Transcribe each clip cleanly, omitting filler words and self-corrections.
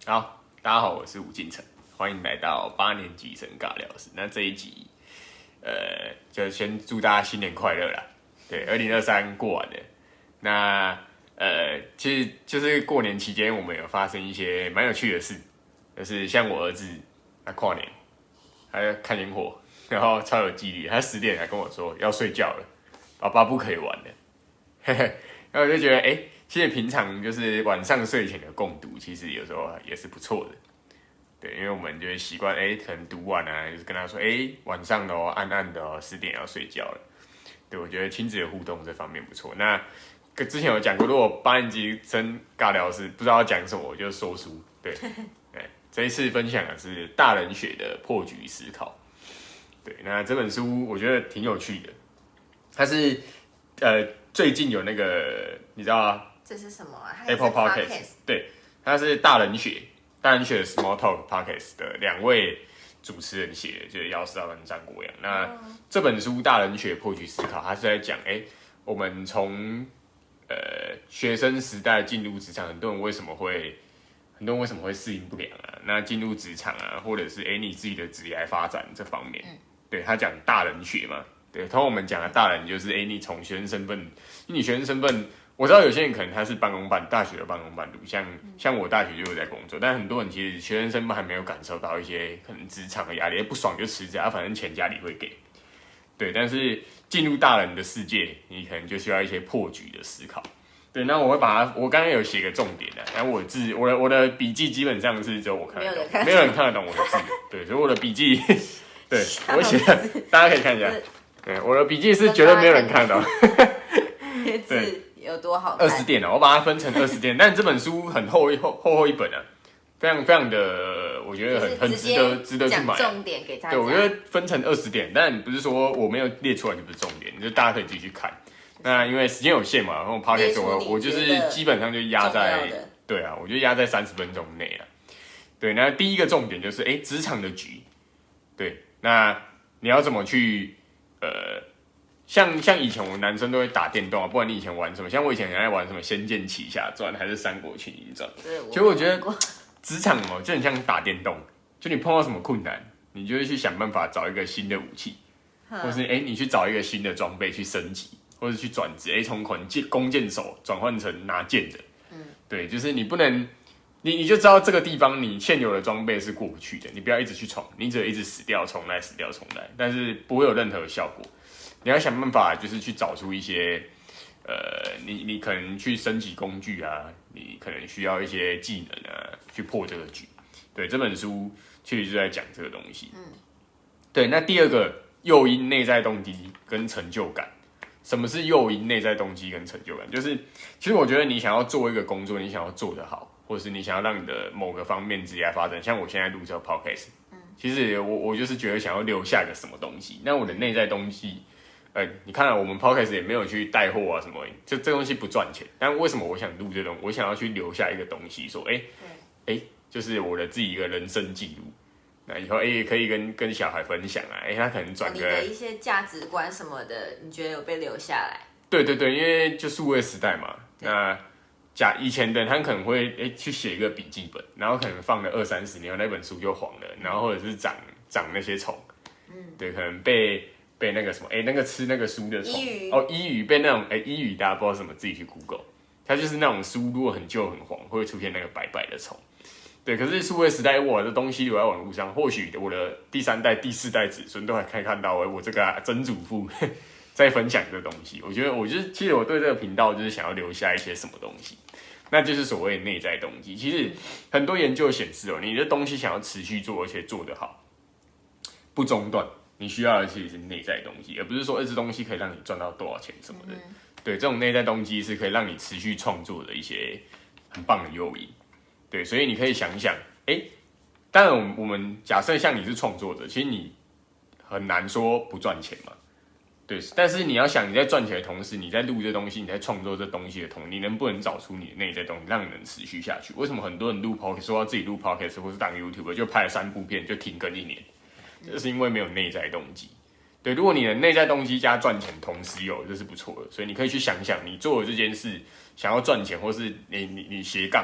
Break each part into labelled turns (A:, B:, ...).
A: 好，大家好，我是吴敬成，欢迎来到8年级生尬聊室。那这一集，就先祝大家新年快乐啦。对，2023过完了，那其实就是过年期间，我们有发生一些蛮有趣的事，就是像我儿子，他跨年，他要看烟火，然后超有纪律，他10点还跟我说要睡觉了，爸爸不可以玩了，嘿嘿，然后我就觉得，其实平常就是晚上睡前的共读，其实有时候也是不错的。对，因为我们就会习惯，可能读完啊，就是跟他说，晚上的暗暗的10点要睡觉了。对，我觉得亲子的互动这方面不错。那之前有讲过，如果8年级生尬聊是不知道要讲什么，我就说书。对，这一次分享的是大人学的破局思考。对，那这本书我觉得挺有趣的，它是最近有那个你知道吗？
B: 这是什么啊
A: ？Apple Podcast， 对，它是大人学的 Small Talk Podcast 的2位主持人写的，就是姚思浩跟张国阳。那这本书《大人学破局思考》，它是在讲，我们从学生时代进入职场，很多人为什么会适应不良啊？那进入职场啊，或者是你自己的职业发展这方面，对他讲大人学嘛，对，通常我们讲的大人就是你从学生身份，你学生身份。我知道有些人可能他是半工半大学的半工半读，像我大学就有在工作，但很多人其实学生身份还没有感受到一些可能职场的压力，不爽就辞职啊，反正钱家里会给。对，但是进入大人的世界，你可能就需要一些破局的思考。对，那我会把它，我刚刚有写个重点的，然后我的笔记基本上是只有我看得懂，没有人看得懂我的字。对，所以我的笔记，对我写的，大家可以看一下。对，我的笔记是绝对没有人看得懂。
B: 对。有多好看
A: ？20点我把它分成20点，但这本书很厚一本啊，非常非常的，我觉得很值得去买。
B: 重点给大家。
A: 对，我觉得分成20点，但不是说我没有列出来就不是重点，就大家可以自己去看。那因为时间有限嘛，然后 podcast 我就是基本上就压在，对啊，我就压在30分钟内啊。对，那第一个重点就是职场的局，对，那你要怎么去像以前我们男生都会打电动啊，不管你以前玩什么，像我以前很爱玩什么《仙剑奇侠传》还是《三国群英传》，其实我觉得职场就很像打电动，就你碰到什么困难，你就会去想办法找一个新的武器，或是你去找一个新的装备去升级，或是去转职，从可能弓箭手转换成拿剑的，对，就是你不能，你就知道这个地方你现有的装备是过不去的，你不要一直去闯，你只有一直死掉重来，死掉重来，但是不会有任何的效果。你要想办法，就是去找出一些，你可能去升级工具啊，你可能需要一些技能啊，去破这个局。对，这本书其实就在讲这个东西。对，那第二个诱因、内在动机跟成就感。什么是诱因、内在动机跟成就感？就是其实我觉得你想要做一个工作，你想要做得好，或者是你想要让你的某个方面职业发展，像我现在录这个 podcast，其实我就是觉得想要留下个什么东西。那我的内在动机。你看我们 podcast 也没有去带货啊什么，这东西不赚钱。但为什么我想录这东西？我想要去留下一个东西，说，就是我的自己一个人生记录。那以后也可以跟小孩分享啊。他可能转个
B: 你的一些价值观什么的，你觉得有被留下来？
A: 对，因为就数位时代嘛。那以前的人他可能会去写一个笔记本，然后可能放了20-30年，那本书就黄了，然后或者是长那些虫。对，可能被那个什么，那个吃那个书的虫，伊鱼被那种，伊鱼大家不知道什么，自己去 Google， 它就是那种书如果很旧很黄，会出现那个白白的虫。对，可是数位时代，我的东西留在网络上，或许我的第3代、第4代子孙都还可以看到，我这个曾祖父在分享这个东西。我觉得，其实我对这个频道就是想要留下一些什么东西，那就是所谓的内在动机。其实很多研究显示你的东西想要持续做，而且做得好，不中断。你需要的其实是内在动机，而不是说这东西可以让你赚到多少钱什么的。对，这种内在动机是可以让你持续创作的一些很棒的诱因。对，所以你可以想一想，当然我们假设像你是创作者，其实你很难说不赚钱嘛。对，但是你要想你在赚钱的同时，你在录这东西，你在创作这东西的同时，你能不能找出你的内在动机，让你能持续下去？为什么很多人录 podcast 说要自己录 podcast 或是当 YouTuber 就拍了3部片就停更1年？这是因为没有内在动机。对，如果你的内在动机加赚钱同时有，这是不错的。所以你可以去想想，你做的这件事想要赚钱，或是你斜杠，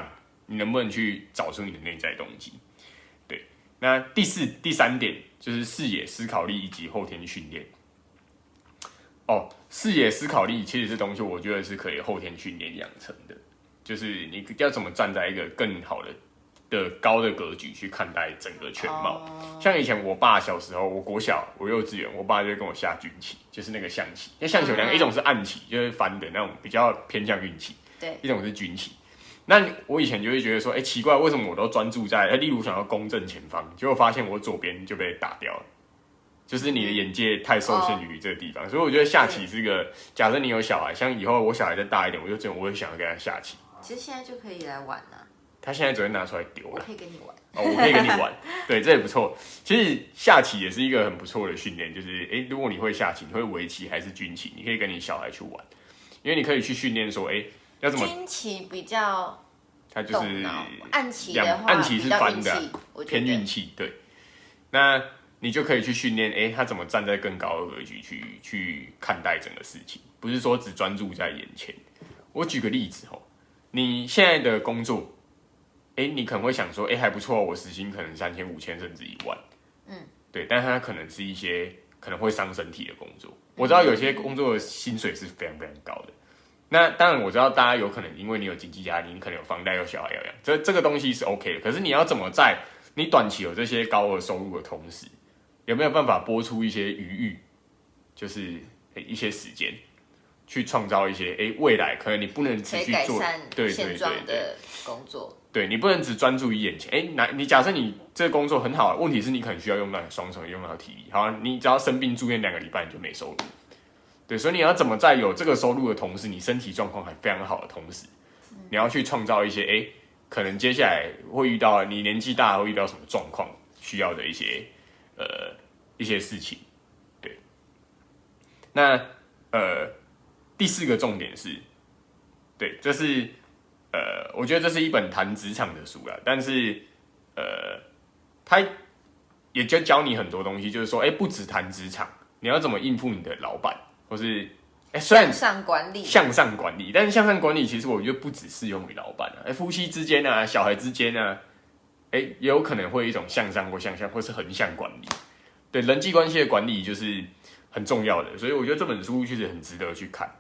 A: 你能不能去找出你的内在动机？对，那第三点就是视野、思考力以及后天训练。视野、思考力其实这东西，我觉得是可以后天训练养成的。就是你要怎么站在一个更好的高的格局去看待整个全貌。像以前我爸小时候，我国小、我幼稚园，我爸就会跟我下军棋，就是那个象棋。因为象棋有两个，一种是暗棋，就是翻的那种比较偏向运气；
B: 对，
A: 一种是军棋。那我以前就会觉得说，奇怪，为什么我都专注在，例如想要攻正前方，结果发现我左边就被打掉了。就是你的眼界太受限于这个地方，所以我觉得下棋是个，假设你有小孩，像以后我小孩再大一点，我会想要跟他下棋。
B: 其实现在就可以来玩了。
A: 他现在昨天拿出来丢了。
B: 我可以跟你玩。
A: 我可以跟你玩。对，这也不错。其实下棋也是一个很不错的训练，就是如果你会下棋，你会围棋还是军棋，你可以跟你小孩去玩，因为你可以去训练说，要怎么。
B: 军棋比较。
A: 它就是
B: 暗棋的话，
A: 暗棋是翻的，偏运气。对，那你就可以去训练，他怎么站在更高的格局去看待整个事情，不是说只专注在眼前。我举个例子你现在的工作，你可能会想说，还不错，我时薪可能3000、5000甚至1万，对，但它可能是一些可能会伤身体的工作。我知道有些工作的薪水是非常非常高的。那当然，我知道大家有可能因为你有经济压力，你可能有房贷、有小孩要养，这个东西是 OK 的。可是你要怎么在你短期有这些高额收入的同时，有没有办法拨出一些余裕，就是一些时间，去创造一些未来可能你不能持续做
B: 现状的工作。
A: 对，你不能只专注于眼前。你假设你这个工作很好，问题是你可能需要用到你双手，用到体力。好，你只要生病住院2个礼拜，你就没收入。对，所以你要怎么在有这个收入的同时，你身体状况还非常好的同时，你要去创造一些可能接下来会遇到你年纪大会遇到什么状况需要的一些事情。对，那第4个重点是，对，这是我觉得这是一本谈职场的书啦，但是它也就教你很多东西，就是说不只谈职场，你要怎么应付你的老板。或是，虽然向上管理，但是向上管理其实我觉得不只适用于老板夫妻之间啊，小孩之间啊，也有可能会一种向上或向下，或是横向管理。对，人际关系的管理就是很重要的，所以我觉得这本书其实很值得去看。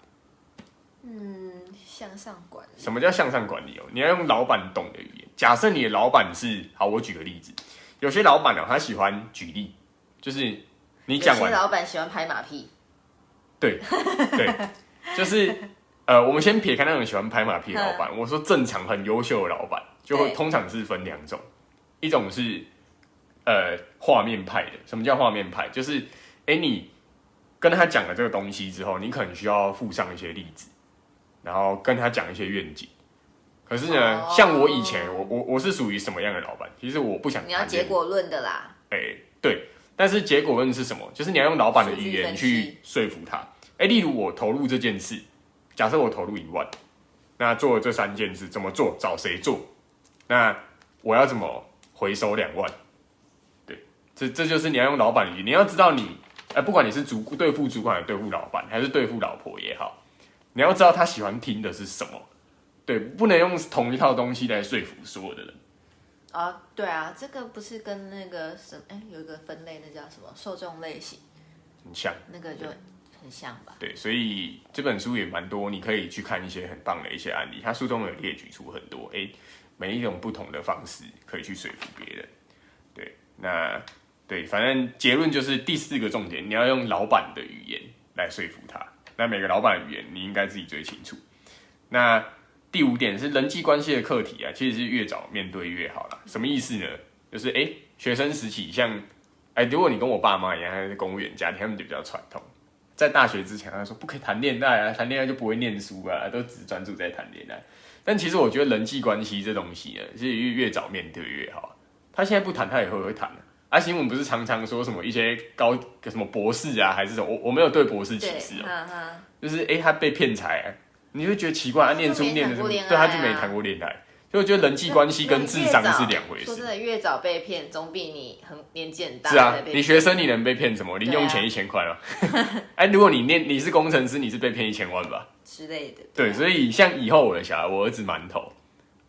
B: 向上管理。
A: 什么叫向上管理你要用老板懂的语言。假设你的老板是，好，我举个例子，有些老板他喜欢举例，就是你讲完，
B: 有些老板喜欢拍马屁。
A: 对，就是我们先撇开那种喜欢拍马屁的老板，我说正常很优秀的老板，就会通常是分2种，一种是画面派的。什么叫画面派？就是你跟他讲了这个东西之后，你可能需要附上一些例子，然后跟他讲一些愿景。可是呢，像我以前，我是属于什么样的老板？其实我不想谈
B: 你要结果论的啦。
A: 对。但是结果论是什么？就是你要用老板的语言去说服他。例如我投入这件事，假设我投入1万，那做了这3件事怎么做？找谁做？那我要怎么回收2万？对，这就是你要用老板的语言。你要知道不管你是对付主管、对付老板，还是对付老婆也好，你要知道他喜欢听的是什么。对，不能用同一套东西来说服所有的人。
B: 对啊，这个不是跟那个有一个分类，那叫什么受众类型，
A: 很像，
B: 那个就很像吧？
A: 对，所以这本书也蛮多，你可以去看一些很棒的一些案例。它书中有列举出很多，每一种不同的方式可以去说服别人。对，反正结论就是第4个重点，你要用老板的语言来说服他。那每个老板的语言你应该自己最清楚。那第5点是人际关系的课题其实是越早面对越好啦。什么意思呢？就是学生时期像如果你跟我爸妈一样，他是公务员家庭，他们就比较传统。在大学之前，他说不可以谈恋爱谈恋爱就不会念书都只专注在谈恋爱。但其实我觉得人际关系这东西是越早面对越好。他现在不谈，他以后会谈新闻不是常常说什么一些什么博士还是什么，我没有对博士歧视就是他被骗财你会觉得奇怪，他念书念的什么？对，他就没谈过恋爱。所以我觉得人际关系跟智商是2回事。
B: 说真的，越早被骗，总比你年纪很大
A: 是啊，你学生你能被骗什么？零用钱1000块吗？如果你是工程师，你是被骗1000万吧之
B: 类的。
A: 对，所以像以后我的小孩，我儿子馒头，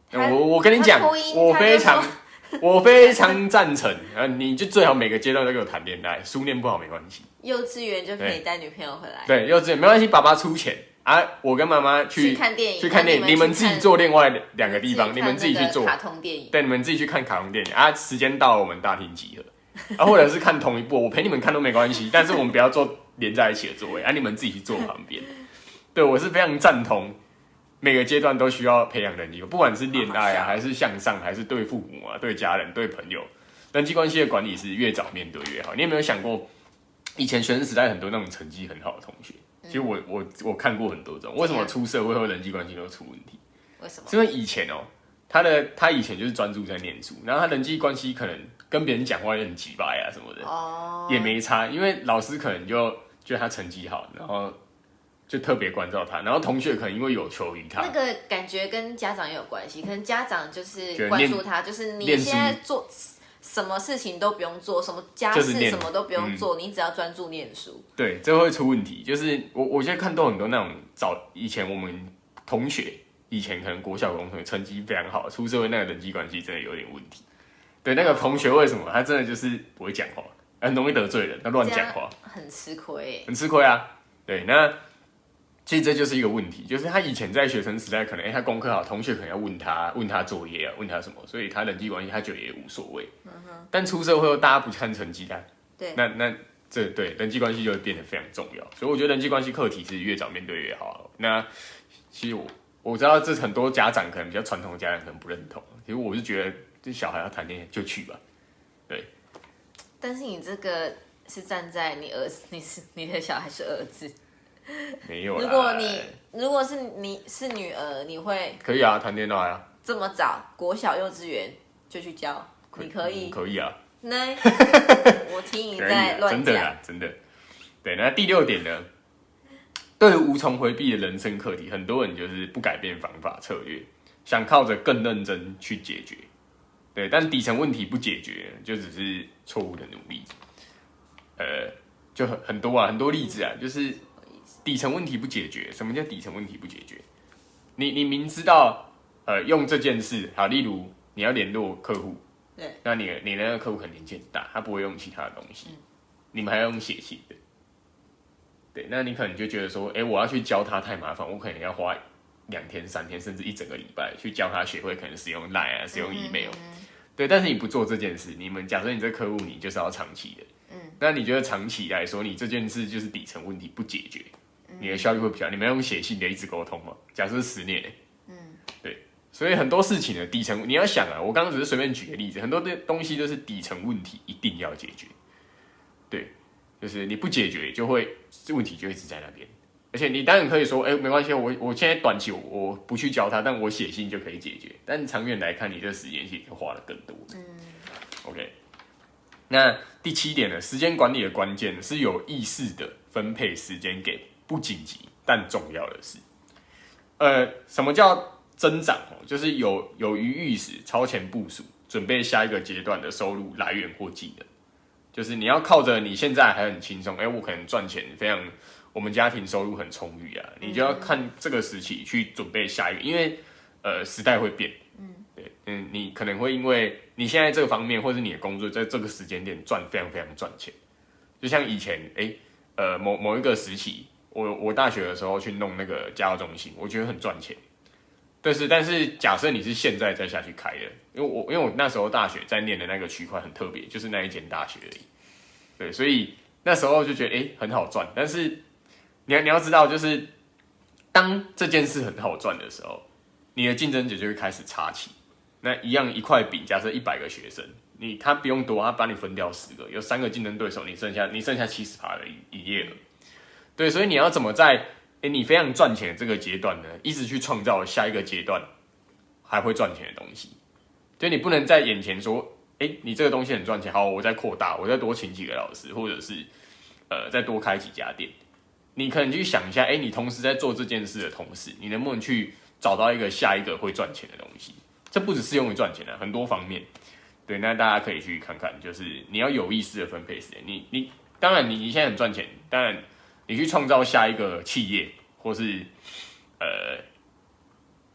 A: 我跟你讲，我非常赞成你就最好每个阶段都给我谈恋爱，书念不好没关系。
B: 幼稚园就可以带女朋友回来。
A: 对，幼稚园没关系，爸爸出钱啊，我跟妈妈去
B: 看电影，
A: 你们自己做另外2个地方，你们自己去做
B: 卡通电影。
A: 对，你们自己去看卡通电影啊，时间到了我们大厅集合啊，或者是看同一部，我陪你们看都没关系，但是我们不要坐连在一起的座位啊，你们自己去坐旁边。对，我是非常赞同。每个阶段都需要培养人际，不管是恋爱啊，还是向上，还是对父母啊、对家人、对朋友，人际关系的管理是越早面对越好。你有没有想过，以前学生时代很多那种成绩很好的同学，其实我看过很多种，为什么出社会后人际关系都出问题？
B: 为什么？
A: 是因为以前他以前就是专注在念书，然后他人际关系可能跟别人讲话也很鸡掰啊什么的，也没差，因为老师可能就觉得他成绩好，然后就特别关照他，然后同学可能因为有求于他，
B: 那个感觉跟家长也有关系，可能家长就是关注他，就是你现在做什么事情都不用做，什么家事什么都不用做，你只要专注念书。
A: 对，这会出问题。就是我现在看到很多那种以前我们同学，以前可能国小同学成绩非常好，出社会那个人际关系真的有点问题。对，那个同学为什么他真的就是不会讲话，很容易得罪人，他乱讲话，
B: 很吃亏，
A: 很吃亏啊。对，那其实这就是一个问题，就是他以前在学生时代，可能他功课好，同学可能要问他作业啊，问他什么，所以他人际关系他觉得也无所谓。但出社会后，大家不看成绩单，
B: 对，
A: 那这对人际关系就会变得非常重要。所以我觉得人际关系课题是越早面对越好。那其实我知道这很多家长可能比较传统的家长可能不认同，其实我是觉得这小孩要谈恋爱就去吧，对。
B: 但是你这个是站在你的小孩是儿子。
A: 没有啦。
B: 如果是你是女儿，你会
A: 可以啊，谈恋爱啊。
B: 这么早，国小幼稚园就去教，你可以？
A: 可以啊。
B: 那我听你在乱讲。
A: 真的啊，真的。对，那第6点呢？对于无从回避的人生课题，很多人就是不改变方法策略，想靠着更认真去解决。对，但底层问题不解决，就只是错误的努力。就很多啊，很多例子啊，就是底层问题不解决。什么叫底层问题不解决？你明知道用这件事，好，例如你要联络客户，
B: 对，
A: 那你那个客户可能年纪很大，他不会用其他的东西，你们还要用写信的，对，那你可能就觉得说，我要去教他太麻烦，我可能要花2天、3天，甚至1整个礼拜去教他学会可能使用 LINE 啊，使用 email，对，但是你不做这件事，假设你这客户你就是要长期的，那你觉得长期来说，你这件事就是底层问题不解决，你的效率会比较，你们要用写信的一直沟通嘛？假设10年，对，所以很多事情的底层，你要想啊，我刚刚只是随便举个例子，很多东西都是底层问题一定要解决，对，就是你不解决，就会问题就一直在那边。而且你当然可以说，没关系，我现在短期我不去教他，但我写信就可以解决。但长远来看，你这时间其实花了更多。OK。那第7点呢？时间管理的关键是有意识的分配时间给不紧急但重要的事。什么叫增长？就是有余裕时超前部署，准备下一个阶段的收入来源或技能。就是你要靠着你现在还很轻松，我可能赚钱非常，我们家庭收入很充裕啊，你就要看这个时期去准备下一个，因为时代会变。你可能会因为你现在这个方面，或是你的工作在这个时间点非常非常赚钱，就像以前某一个时期，我大学的时候去弄那个家教中心，我觉得很赚钱。但是假设你是现在再下去开的，因为我那时候大学在念的那个区块很特别，就是那一间大学而已。对，所以那时候就觉得很好赚，但是你要知道，就是当这件事很好赚的时候，你的竞争者就会开始插旗。那一样一块饼，假设100个学生，他不用多，他把你分掉10个，有3个竞争对手，你剩下70%的营业额。对，所以你要怎么在你非常赚钱的这个阶段呢，一直去创造下一个阶段还会赚钱的东西。就你不能在眼前说，你这个东西很赚钱，好，我再扩大，我再多请几个老师，或者是再多开几家店。你可能去想一下，你同时在做这件事的同时，你能不能去找到下一个会赚钱的东西？这不只适用于赚钱的，很多方面。对，那大家可以去看看，就是你要有意识的分配时间。你当然你现在很赚钱，当然你去创造下一个企业，或是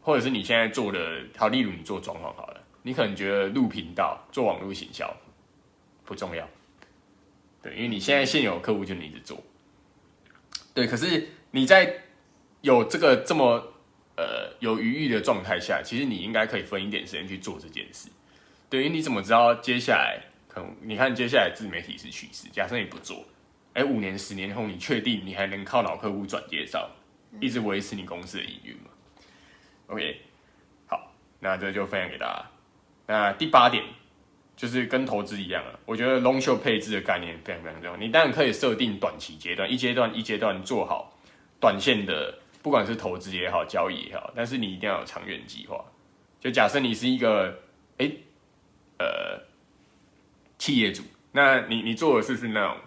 A: 或者是你现在做的，好，例如你做装潢好了，你可能觉得录频道、做网络行销不重要，对，因为你现在现有客户就你一直做，对，可是你在有这么有余裕的状态下，其实你应该可以分一点时间去做这件事，对，因为你怎么知道接下来可能你看接下来自媒体是趋势，假设你不做，5年、10年后，你确定你还能靠老客户转介绍，一直维持你公司的营运吗 ？OK， 好，那这就分享给大家。那第8点就是跟投资一样了，我觉得 long short 配置的概念非常非常重要。你当然可以设定短期阶段，一阶段做好短线的，不管是投资也好，交易也好，但是你一定要有长远计划。就假设你是一个企业主，那你做的是那种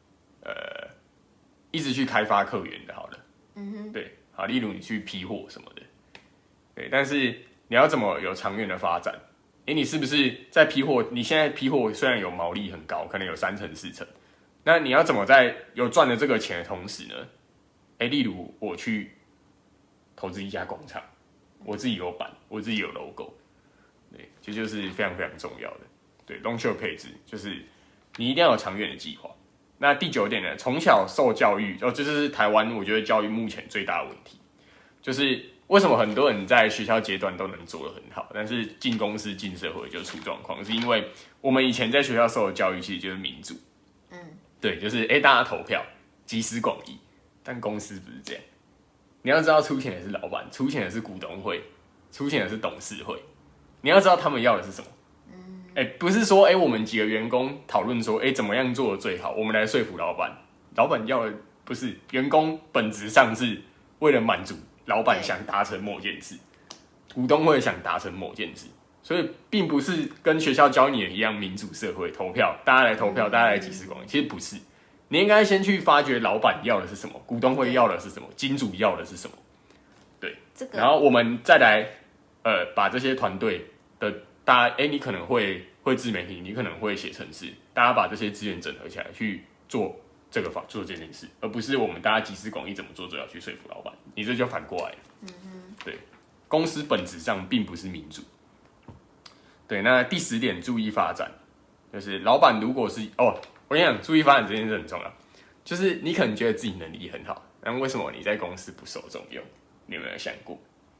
A: 一直去开发客源的，好了，对，好，例如你去批货什么的，对，但是你要怎么有长远的发展？你是不是在批货？你现在批货虽然有毛利很高，可能有3成4成，那你要怎么在有赚了这个钱的同时呢？例如我去投资一家工厂，我自己有板，我自己有 logo， 对，这就是非常非常重要的。对 ，long short 配置就是你一定要有长远的计划。那第9点呢？从小受教育，这就是台湾我觉得教育目前最大的问题，就是为什么很多人在学校阶段都能做得很好，但是进公司进社会就出状况，是因为我们以前在学校受的教育其实就是民主，对，就是大家投票，集思广益，但公司不是这样。你要知道出钱的是老板，出钱的是股东会，出钱的是董事会，你要知道他们要的是什么。不是说我们几个员工讨论说怎么样做的最好，我们来说服老板。老板要的不是员工，本质上是为了满足老板想达成某件事，股东会想达成某件事，所以并不是跟学校教你的一样民主社会投票，大家来投票，大家来集思广益。其实不是，你应该先去发掘老板要的是什么，股东会要的是什么，金主要的是什么，对，然后我们再来把这些团队的大家，你可能会自媒体，你可能会写程式，大家把这些资源整合起来去做这件事，而不是我们大家集思广益怎么做，就要去说服老板，你这就反过来了。对，公司本质上并不是民主。对，那第10点注意发展，就是老板如果是我跟你讲，注意发展这件事很重要，就是你可能觉得自己能力很好，但为什么你在公司不受重用？你有没有想过？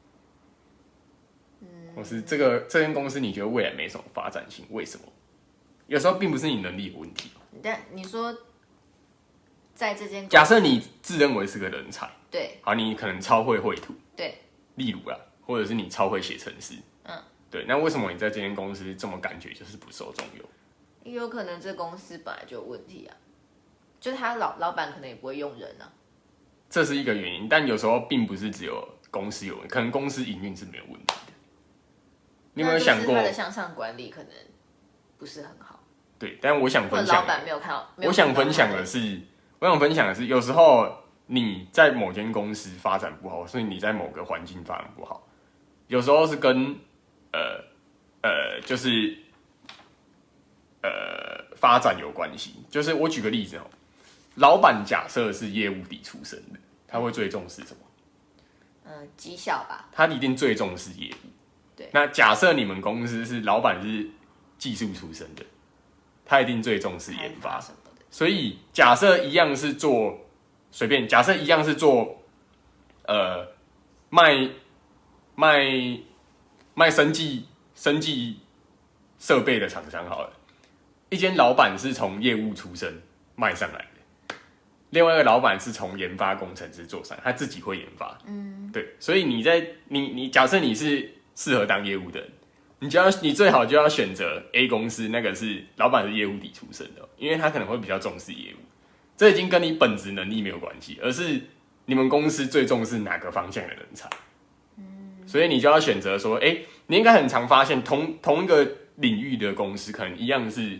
A: 或是这间公司你觉得未来没什么发展性，为什么？有时候并不是你能力有问题。
B: 但你说，在这间
A: 假设你自认为是个人才，
B: 对，
A: 好，你可能超会绘图，
B: 对，
A: 例如啦，或者是你超会写程式，对，那为什么你在这间公司这么感觉就是不受重用？
B: 也有可能这公司本来就有问题啊，就是他老板可能也不会用人啊，
A: 这是一个原因，但有时候并不是只有公司有问题，可能公司营运是没有问题的。你有没有想过
B: 他的向上管理可能不是很好？
A: 对，但我想分享，
B: 老板没有看到。
A: 我想分享的是，有时候你在某间公司发展不好，所以你在某个环境发展不好，有时候是跟就是发展有关系。就是我举个例子哦，老板假设是业务底出身的，他会最重视什么？
B: 绩效吧。
A: 他一定最重视业务。
B: 对。那
A: 假设你们公司是老板是技术出身的，他一定最重视研发什么的。所以假设一样是做随便，假设一样是做卖生技设备的厂商好了，一间老板是从业务出身卖上来的，另外一个老板是从研发工程师做上来，他自己会研发。对，所以你假设你是适合当业务的人，你最好就要选择 A 公司，那个是老板是业务底出身的，因为他可能会比较重视业务。这已经跟你本质能力没有关系，而是你们公司最重视哪个方向的人才。所以你就要选择说，你应该很常发现同一个领域的公司，可能一样是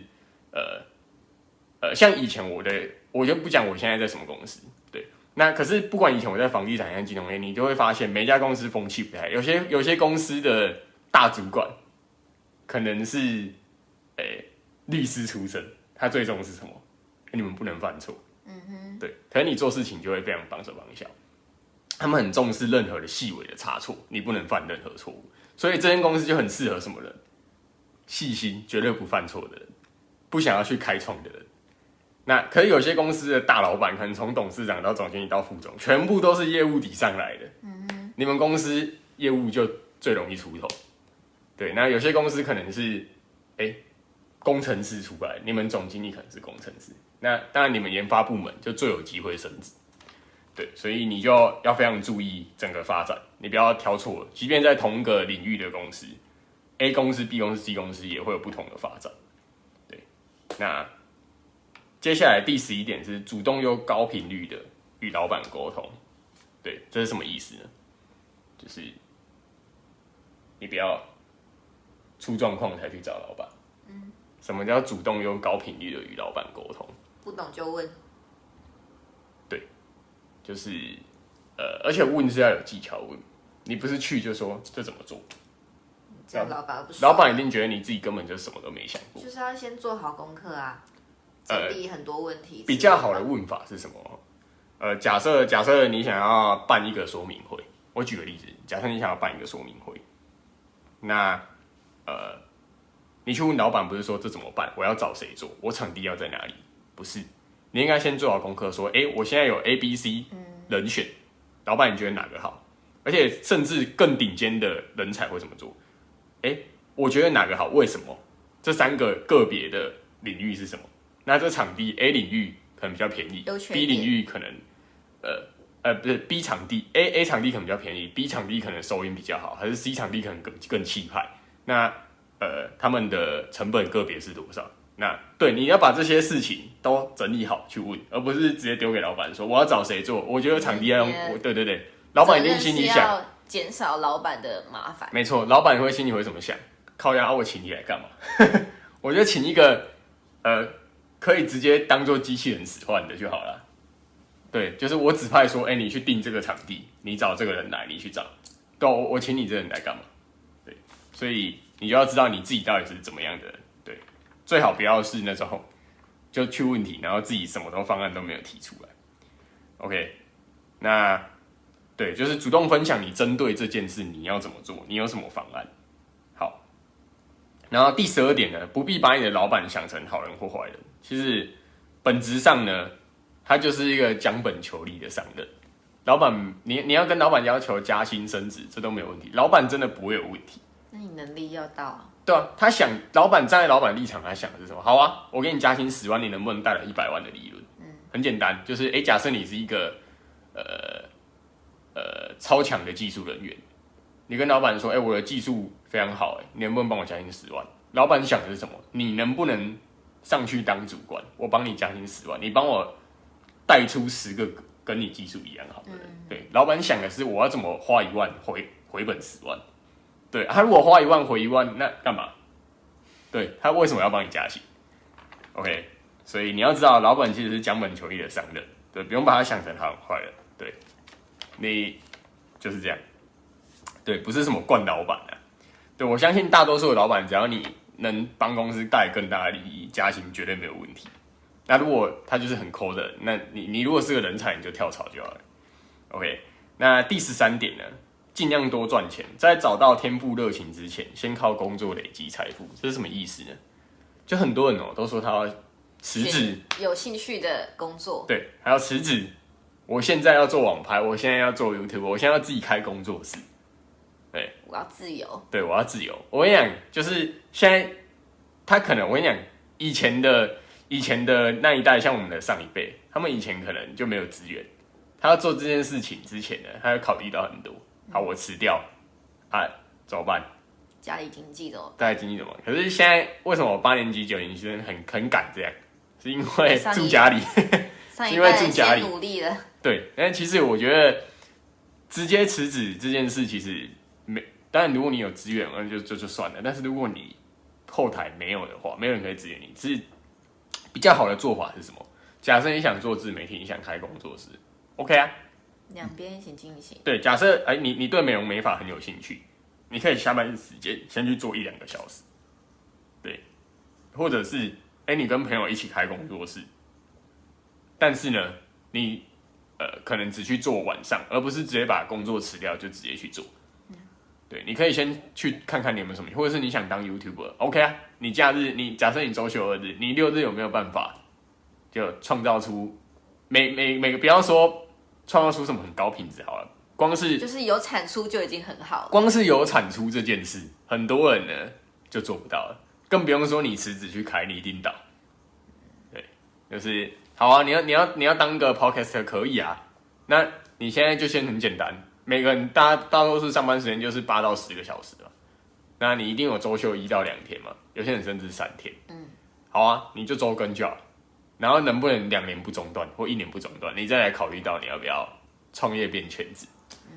A: 像以前我就不讲我现在在什么公司，对。那可是不管以前我在房地产和金融业，你就会发现每家公司风气不太，有些公司的大主管可能是律师出身，他最重视什么？你们不能犯错。对。可是你做事情就会非常绑手绑脚。 他们很重视任何的细微的差错，你不能犯任何错误。所以这间公司就很适合什么人？细心、绝对不犯错的人，不想要去开创的人。那可是有些公司的大老板，可能从董事长到总经理到副总，全部都是业务底上来的。你们公司业务就最容易出头。对，那有些公司可能是，工程师出来，你们总经理可能是工程师。那当然，你们研发部门就最有机会升职。对，所以你就要非常注意整个发展，你不要挑错了。即便在同一个领域的公司 ，A 公司、B 公司、C 公司也会有不同的发展。对，那接下来第11点是主动又高频率的与老板沟通。对，这是什么意思呢？就是你不要出状况才去找老板。什么叫主动又高频率的与老板沟通？
B: 不懂就问。
A: 对，就是而且问是要有技巧问，你不是去就说这怎么做，
B: 这样老板不爽。
A: 老板一定觉得你自己根本就什么都没想过。
B: 就是要先做好功课啊，整理很多问题。
A: 比较好的问法是什么？假设你想要办一个说明会，我举个例子，假设你想要办一个说明会，那你去问老板，不是说这怎么办？我要找谁做？我场地要在哪里？不是，你应该先做好功课，说，我现在有 A、B、C 人选，老板你觉得哪个好？而且甚至更顶尖的人才会怎么做？我觉得哪个好？为什么？这3个个别的领域是什么？那这场地 A 领域可能比较便宜 ，B 领域可能不是 B 场地 A 场地可能比较便宜 ，B 场地可能收音比较好，还是 C 场地可能更气派？那他们的成本个别是多少？那对，你要把这些事情都整理好去问，而不是直接丢给老板说我要找谁做。我觉得场地要用，对，老板一定心里想
B: 减少老板的麻烦。
A: 没错，老板心里会怎么想？靠腰，我请你来干嘛？我觉得请一个可以直接当做机器人使唤的就好了。对，就是我指派说，你去订这个场地，你找这个人来，你去找。对，我请你这个人来干嘛？对，所以你就要知道你自己到底是怎么样的人。对，最好不要是那种就去问题，然后自己什么方案都没有提出来。OK， 那对，就是主动分享你针对这件事你要怎么做，你有什么方案。好，然后第12点呢，不必把你的老板想成好人或坏人。其实本质上呢，他就是一个讲本求利的商人。老板，你要跟老板要求加薪升职，这都没有问题。老板真的不会有问题。
B: 那你能力要到啊。
A: 对啊，老板站在老板立场，他想的是什么？好啊，我给你加薪10万，你能不能带来100万的利润？很简单，就是假设你是一个超强的技术人员，你跟老板说，我的技术非常好，你能不能帮我加薪10万？老板想的是什么？你能不能上去当主管？我帮你加薪10万，你帮我带出10个跟你技术一样好的人。对，老板想的是我要怎么花1万回本10万。对，他如果花1万回1万，那干嘛？对，他为什么要帮你加薪 ？OK， 所以你要知道，老板其实是讲本求利的商人，对，不用把他想成好人坏人。对，你就是这样，对，不是什么惯老板啊。对，我相信大多数的老板，只要你能帮公司带来更大的利益，加薪绝对没有问题。那如果他就是很抠的，那你如果是个人才，你就跳槽就好了。OK， 那第13点呢？尽量多赚钱，在找到天赋热情之前，先靠工作累积财富。这是什么意思呢？就很多人都说他要辞职，
B: 有兴趣的工作，
A: 对，还要辞职。我现在要做网拍，我现在要做 YouTube， 我现在要自己开工作室。对，
B: 我要自由。
A: 对，我要自由。我跟你讲，就是现在他可能，我跟你讲，以前的那一代，像我们的上一辈，他们以前可能就没有资源，他要做这件事情之前呢，他要考虑到很多。好，我辞掉，怎么办？
B: 家里经济怎么办？
A: 家里经济怎么办？可是现在为什么8年级、9年级生很敢这样？是因为住家里，
B: 是因为住家里努力了。
A: 对，但其实我觉得直接辞职这件事其实没，当然如果你有资源，那就算了。但是如果你后台没有的话，没有人可以支援你，是比较好的做法是什么？假设你想做自媒体，你想开工作室 ，OK 啊。
B: 两边一起进行。
A: 对，假设你对美容美发很有兴趣，你可以下班时间先去做1-2个小时，对，或者是你跟朋友一起开工作室，但是呢，你可能只去做晚上，而不是直接把工作辞掉就直接去做。对，你可以先去看看你有没有什么，或者是你想当 YouTuber，OK 啊？你假日，假设你周休2日，你6日有没有办法就创造出每个不要说创造出什么很高品质好了，光是
B: 就是有产出就已经很好了。
A: 光是有产出这件事，很多人呢就做不到了，更不用说你辞职去开，你一定倒。对，就是好啊，你要当个 podcaster 可以啊，那你现在就先很简单。每个人大多数上班时间就是8到10个小时嘛，那你一定有周休1到2天嘛，有些人甚至3天。好啊，你就周更就好，然后能不能2年不中断或1年不中断，你再来考虑到你要不要创业变全职。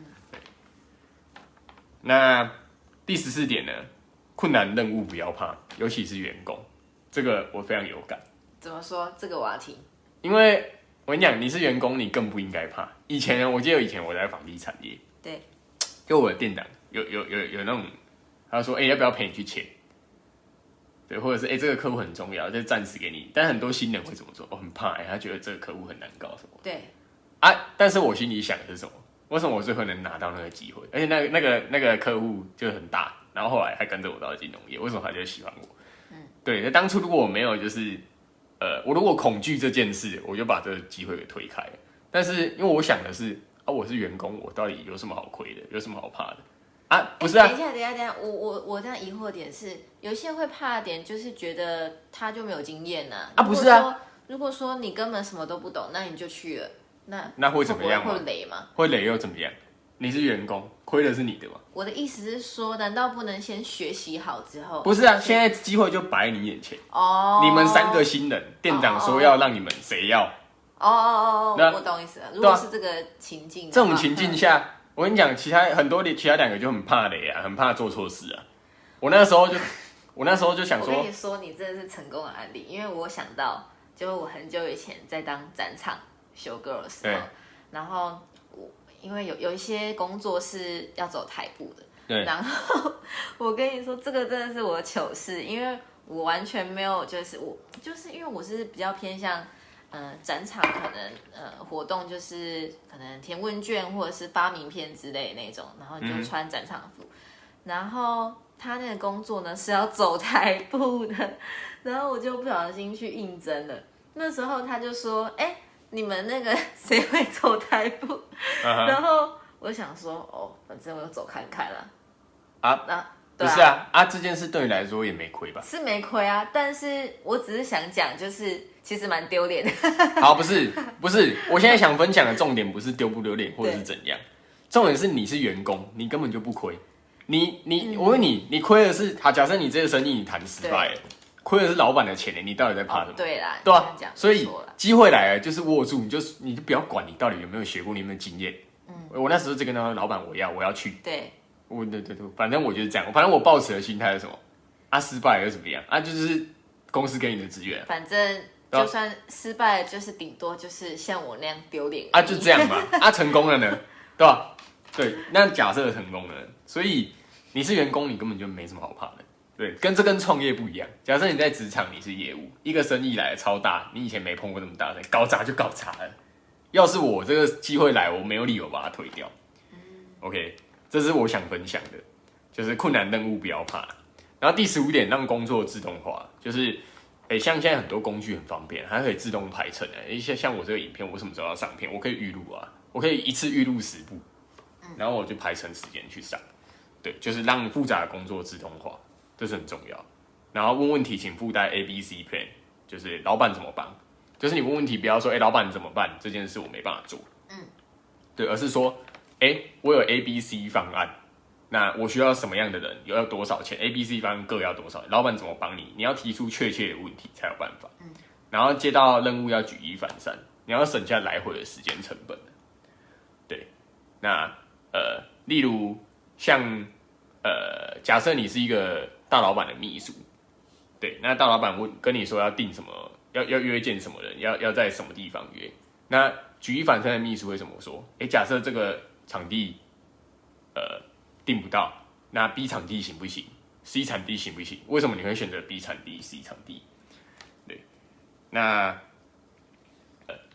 A: 那第14点呢，困难任务不要怕，尤其是员工，这个我非常有感。
B: 怎么说？这个我要听。
A: 因为我跟你讲，你是员工，你更不应该怕。我记得以前我在房地产业，
B: 对，
A: 就我的店长有那种，他说，要不要陪你去签？对，或者是这个客户很重要，就暂时给你。但很多新人会怎么做？很怕，他觉得这个客户很难搞什么。
B: 对
A: 啊，但是我心里想的是什么？为什么我最后能拿到那个机会？而且那个客户就很大，然后后来还跟着我到金融业，为什么他就喜欢我？对，那当初如果我没有就是我如果恐惧这件事，我就把这个机会给推开了。但是因为我想的是我是员工，我到底有什么好亏的？有什么好怕的？不是啊。
B: 等一下，我这样疑惑点是，有些人会怕的点就是觉得他就没有经验呐。
A: 不是啊。
B: 如果说你根本什么都不懂，那你就去了，
A: 那会怎么样？
B: 会累吗？
A: 会累又怎么样？你是员工，亏的是你的嘛？
B: 我的意思是说，难道不能先学习好之后？
A: 不是啊，现在机会就摆你眼前。你们3个新人，店长说要让你们，谁要？
B: 我懂意思了。如果是这个情境，
A: 这种情境下，我跟你讲，其他2个就很怕雷啊，很怕做错事啊。我那时候就想说，
B: 我跟你说，你真的是成功的案例，因为我想到，就是我很久以前在当展场show girl 的时候，然后因为有一些工作是要走台步的，
A: 对，
B: 然后我跟你说，这个真的是我的糗事，因为我完全没有，就是因为我是比较偏向展场，可能活动就是可能填问卷或者是发名片之类的那种，然后你就穿展场服，然后他那个工作呢是要走台步的，然后我就不小心去应征了，那时候他就说，你们那个谁会走台步？然后我想说，反正我就走看看啦。
A: 不是啊，这件事对你来说也没亏吧？
B: 是没亏啊，但是我只是想讲，就是其实蛮丢脸的。
A: 好，不是，我现在想分享的重点不是丢不丢脸或者是怎样，重点是你是员工，你根本就不亏。我问你，你亏的是假设你这个生意你谈失败了。亏的是老板的钱，你到底在怕什么？
B: 对啦，
A: 对啊，所以机会来了就是握住，你就不要管你到底有没有学过，你有没有经验。我那时候就跟他说，老板我要去。
B: 对，
A: 对，反正我就是这样，反正我抱持的心态是什么？失败了又怎么样？就是公司给你的资源。
B: 反正就算失败了，就是顶多就是像我那样丢脸。
A: 就这样嘛。成功了呢？对吧？对，那假设成功了，所以你是员工，你根本就没什么好怕的。对，这跟创业不一样。假设你在职场，你是业务，一个生意来超大，你以前没碰过那么大的，搞砸就搞砸了。要是我这个机会来，我没有理由把它推掉。OK， 这是我想分享的，就是困难任务不要怕。然后第15点，让工作自动化，就是像现在很多工具很方便，它可以自动排程。像我这个影片，我什么时候要上片，我可以预录啊，我可以一次预录10部，然后我就排成时间去上。对，就是让复杂的工作自动化。这是很重要，然后问问题请附带 ABC plan， 就是老板怎么帮，就是你问问题不要说老板怎么办这件事我没办法做，对，而是说我有 ABC 方案，那我需要什么样的人，要多少钱 ，ABC 方案各要多少，老板怎么帮你，你要提出确切的问题才有办法，然后接到任务要举一反三，你要省下来回的时间成本，对，那例如像假设你是一个大老板的秘书，对，那大老板跟你说要订什么，要约见什么人，要在什么地方约，那举一反三的秘书会怎么说？假设这个场地订不到，那 B 场地行不行 ？C 场地行不行？为什么你会选择 B 场地 C 场地？对，那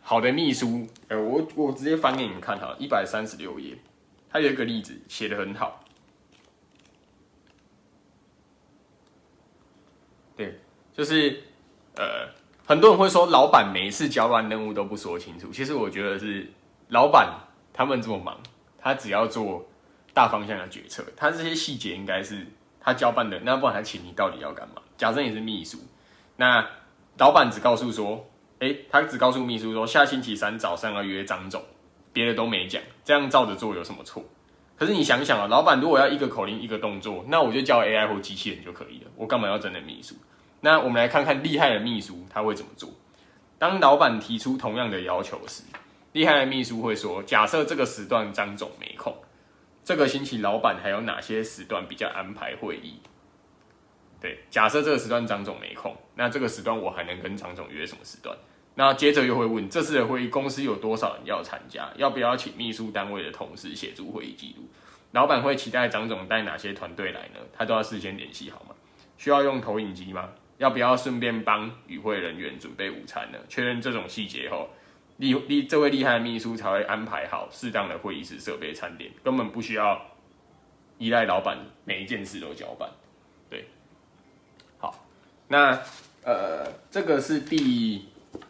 A: 好的秘书，我直接翻给你们看哈，136页，它有一个例子写得很好。对，就是很多人会说老板每一次交办任务都不说清楚，其实我觉得是老板他们这么忙，他只要做大方向的决策，他这些细节应该是他交办的，那不然他请你到底要干嘛？假设你是秘书，那老板只告诉说，他只告诉秘书说下星期3早上要约张总，别的都没讲，这样照着做有什么错？可是你想想啊，老板如果要一个口令一个动作，那我就叫 AI 或机器人就可以了，我干嘛要真的秘书？那我们来看看厉害的秘书他会怎么做。当老板提出同样的要求时，厉害的秘书会说：假设这个时段张总没空，这个星期老板还有哪些时段比较安排会议？对，假设这个时段张总没空，那这个时段我还能跟张总约什么时段？那接着又会问这次的会议公司有多少人要参加，要不要请秘书单位的同事协助会议记录？老板会期待张总带哪些团队来呢？他都要事先联系好吗？需要用投影机吗？要不要顺便帮与会人员准备午餐呢？确认这种细节后，这位厉害的秘书才会安排好适当的会议室设备、餐点，根本不需要依赖老板每一件事都交办。对，好，那这个是第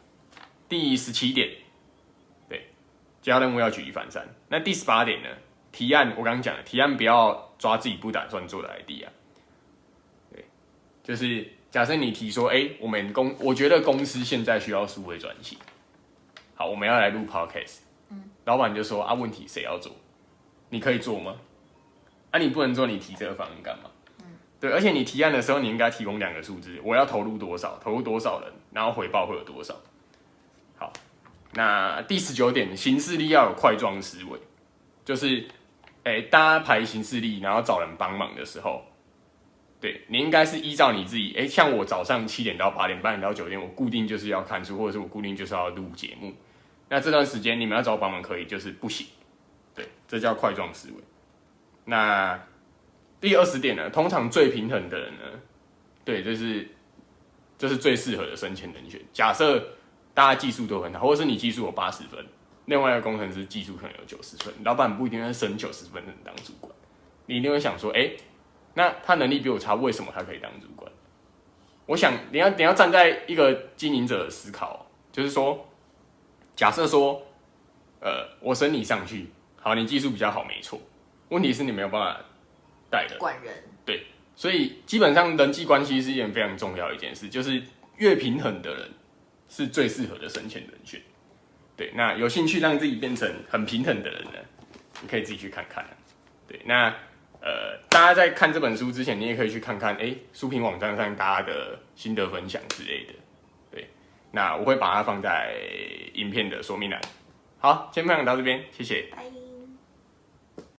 A: 17点，对，接到任务要举一反三。那第18点呢？提案我刚刚讲的，提案不要抓自己不打算做的 idea。对，就是假设你提说，我觉得公司现在需要数位转型，好，我们要来录 podcast，老板就说问题谁要做？你可以做吗？你不能做，你提这个方案干嘛？对，而且你提案的时候，你应该提供2个数字，我要投入多少，投入多少人，然后回报会有多少。好，那第19点，行事历要有块状思维，就是大家排行事历，然后找人帮忙的时候，对你应该是依照你自己，像我早上7点到8点、8点到9点，我固定就是要看书，或者是我固定就是要录节目。那这段时间你们要找我帮忙可以，就是不行。对，这叫块状思维。那第20点呢，通常最平衡的人呢，对，这是最适合的升迁人选。假设大家技术都很好，或者是你技术有80分，另外一个工程师技术可能有90分，老板不一定会升90分的人当主管，你一定会想说，那他能力比我差，为什么他可以当主管？我想你要站在一个经营者的思考，就是说，假设说，我升你上去，好，你技术比较好，没错，问题是你没有办法带人
B: 管人，
A: 对，所以基本上人际关系是一件非常重要的一件事，就是越平衡的人是最适合的升迁人选。对，那有兴趣让自己变成很平衡的人呢，你可以自己去看看。对，那大家在看这本书之前，你也可以去看看书评网站上大家的心得分享之类的。对，那我会把它放在影片的说明栏。好，先分享到这边，谢谢。
B: 拜。